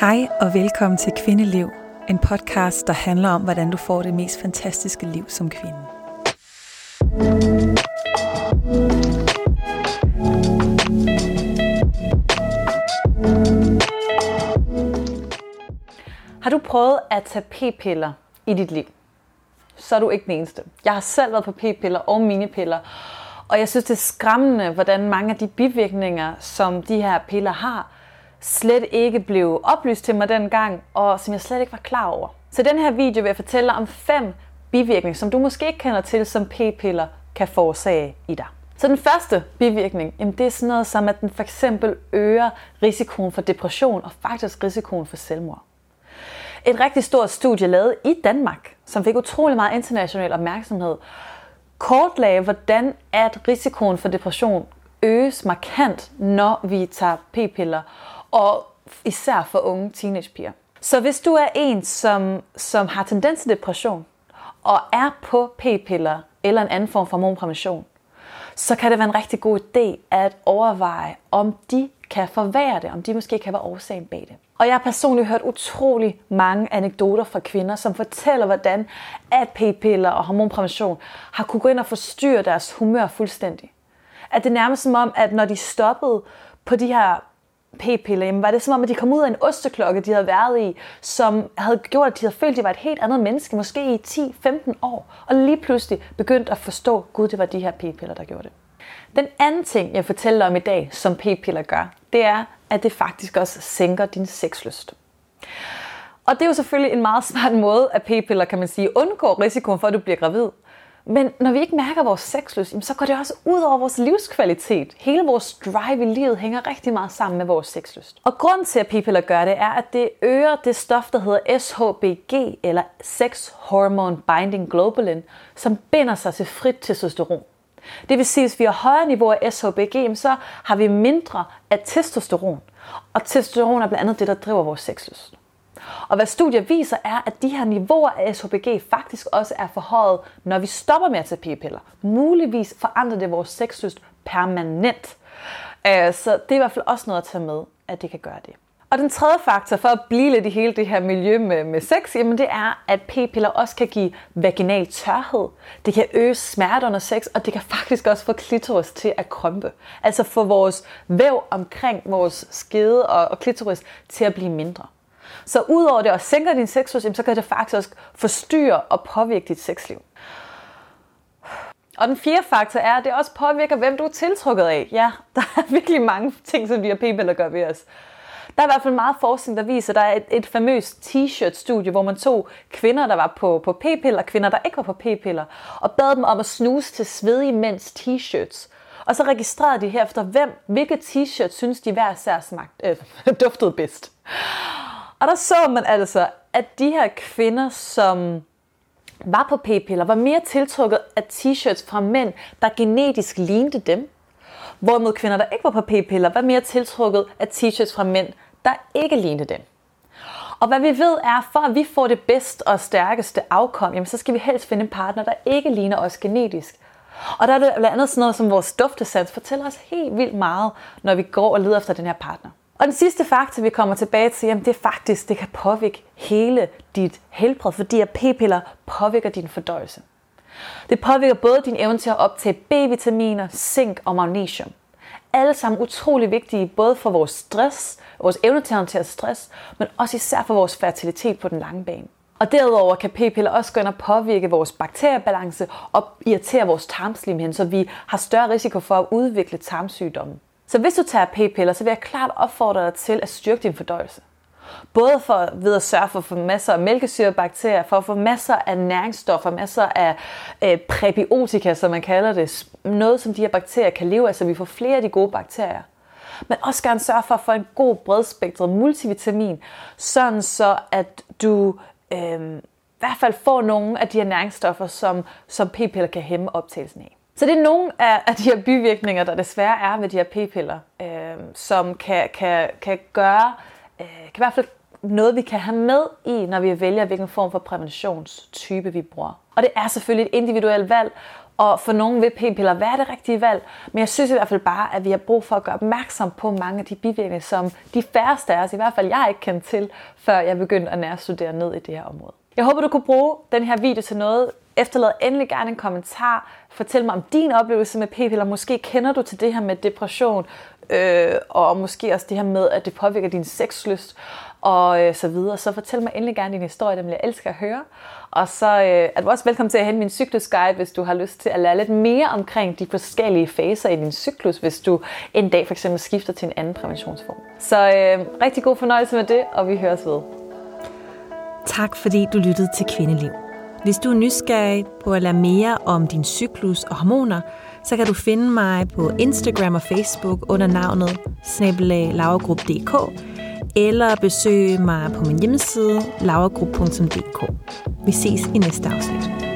Hej og velkommen til Kvindeliv, en podcast, der handler om, hvordan du får det mest fantastiske liv som kvinde. Har du prøvet at tage p-piller i dit liv? Så er du ikke den eneste. Jeg har selv været på p-piller og minipiller, og jeg synes, det er skræmmende, hvordan mange af de bivirkninger, som de her piller har, slet ikke blev oplyst til mig dengang, og som jeg slet ikke var klar over. Så i den her video vil jeg fortælle dig om 5 bivirkninger, som du måske ikke kender til, som p-piller kan forårsage i dig. Så den første bivirkning, det er sådan noget som, at den for eksempel øger risikoen for depression og faktisk risikoen for selvmord. Et rigtig stort studie lavet i Danmark, som fik utrolig meget international opmærksomhed, kortlagde, hvordan at risikoen for depression øges markant, når vi tager p-piller, og især for unge teenagepiger. Så hvis du er en, som har tendens til depression, og er på p-piller eller en anden form for hormonprævention, så kan det være en rigtig god idé at overveje, om de kan forværre det, om de måske kan være årsagen bag det. Og jeg har personligt hørt utrolig mange anekdoter fra kvinder, som fortæller, hvordan at p-piller og hormonprævention har kunne gå ind og forstyrre deres humør fuldstændig. At det er nærmest som om, at når de stoppede på de her p-piller, var det som om, at de kom ud af en osteklokke, de havde været i, som havde gjort, at de havde følt, at de var et helt andet menneske, måske i 10-15 år, og lige pludselig begyndt at forstå, gud, det var de her p-piller, der gjorde det. Den anden ting, jeg fortæller om i dag, som p-piller gør, det er, at det faktisk også sænker din sexlyst. Og det er jo selvfølgelig en meget smart måde, at p-piller, kan man sige, undgår risikoen for, at du bliver gravid. Men når vi ikke mærker vores sexlyst, så går det også ud over vores livskvalitet. Hele vores drive i livet hænger rigtig meget sammen med vores sexlyst. Og grunden til, at p-piller gør det, er, at det øger det stof, der hedder SHBG, eller Sex Hormone Binding Globulin, som binder sig til frit testosteron. Det vil sige, at hvis vi har højere niveau af SHBG, så har vi mindre af testosteron. Og testosteron er blandt andet det, der driver vores sexlyst. Og hvad studier viser, er, at de her niveauer af SHBG faktisk også er forhøjet, når vi stopper med at tage p-piller. Muligvis forandrer det vores sexlyst permanent. Så det er i hvert fald også noget at tage med, at det kan gøre det. Og den tredje faktor for at blive lidt i hele det her miljø med sex, det er, at p-piller også kan give vaginal tørhed. Det kan øge smerte under sex, og det kan faktisk også få klitoris til at krympe. Altså få vores væv omkring vores skede og klitoris til at blive mindre. Så udover det at sænke din sexlyst, så kan det faktisk også forstyrre og påvirke dit sexliv. Og den fjerde faktor er, at det også påvirker, hvem du er tiltrukket af. Ja, der er virkelig mange ting, som de her p-piller gør ved os. Der er i hvert fald meget forskning, der viser, at der er et famøst t-shirt-studie, hvor man tog kvinder, der var på p-piller, og kvinder, der ikke var på p-piller, og bad dem om at snuse til svedige mænds t-shirts. Og så registrerede de herefter, hvilke t-shirts synes de hver især duftede bedst. Og der så man altså, at de her kvinder, som var på p-piller, var mere tiltrukket af t-shirts fra mænd, der genetisk lignede dem. Hvorimod kvinder, der ikke var på p-piller, var mere tiltrukket af t-shirts fra mænd, der ikke lignede dem. Og hvad vi ved er, for at vi får det bedste og stærkeste afkom, så skal vi helst finde en partner, der ikke ligner os genetisk. Og der er det blandt andet sådan noget, som vores duftesans fortæller os helt vildt meget, når vi går og leder efter den her partner. Og den sidste faktor, vi kommer tilbage til, det er faktisk, det kan påvirke hele dit helbred, fordi at p-piller påvirker din fordøjelse. Det påvirker både din evne til at optage B-vitaminer, zink og magnesium. Alle sammen utrolig vigtige, både for vores stress, vores evne til at håndtere stress, men også især for vores fertilitet på den lange bane. Og derudover kan p-piller også gå ind og påvirke vores bakteriebalance og irritere vores tarmslimhinde, så vi har større risiko for at udvikle tarmsygdomme. Så hvis du tager p-piller, så vil jeg klart opfordre dig til at styrke din fordøjelse. Både ved at sørge for at få masser af mælkesyrebakterier, for at få masser af næringsstoffer, masser af præbiotika, som man kalder det. Noget, som de her bakterier kan leve af, så vi får flere af de gode bakterier. Men også gerne sørge for at få en god bredspektret multivitamin, sådan så at du i hvert fald får nogle af de her næringsstoffer, som p-piller kan hæmme optagelsen af. Så det er nogle af de her bivirkninger, der desværre er ved de her p-piller, som kan gøre, kan i hvert fald noget, vi kan have med i, når vi vælger, hvilken form for præventionstype vi bruger. Og det er selvfølgelig et individuelt valg, Og for nogen vil p-piller være det rigtige valg, men jeg synes i hvert fald bare, at vi har brug for at gøre opmærksom på mange af de bivirkninger, som de færreste af os, i hvert fald jeg ikke kendte til, før jeg begyndte at nærstudere ned i det her område. Jeg håber, du kunne bruge den her video til noget. Efterlad endelig gerne en kommentar. Fortæl mig om din oplevelse med p-piller. Måske kender du til det her med depression, og måske også det her med, at det påvirker din sexlyst og så videre. Så fortæl mig endelig gerne din historie, dem jeg elsker at høre. Og så er du også velkommen til at hente min cyklusguide, hvis du har lyst til at lære lidt mere omkring de forskellige faser i din cyklus, hvis du en dag for eksempel skifter til en anden præventionsform. Så rigtig god fornøjelse med det, og vi høres ved. Tak fordi du lyttede til Kvindeliv. Hvis du er nysgerrig på at lære mere om din cyklus og hormoner, så kan du finde mig på Instagram og Facebook under navnet @lauragrup.dk eller besøge mig på min hjemmeside lauragrup.dk. Vi ses i næste afsnit.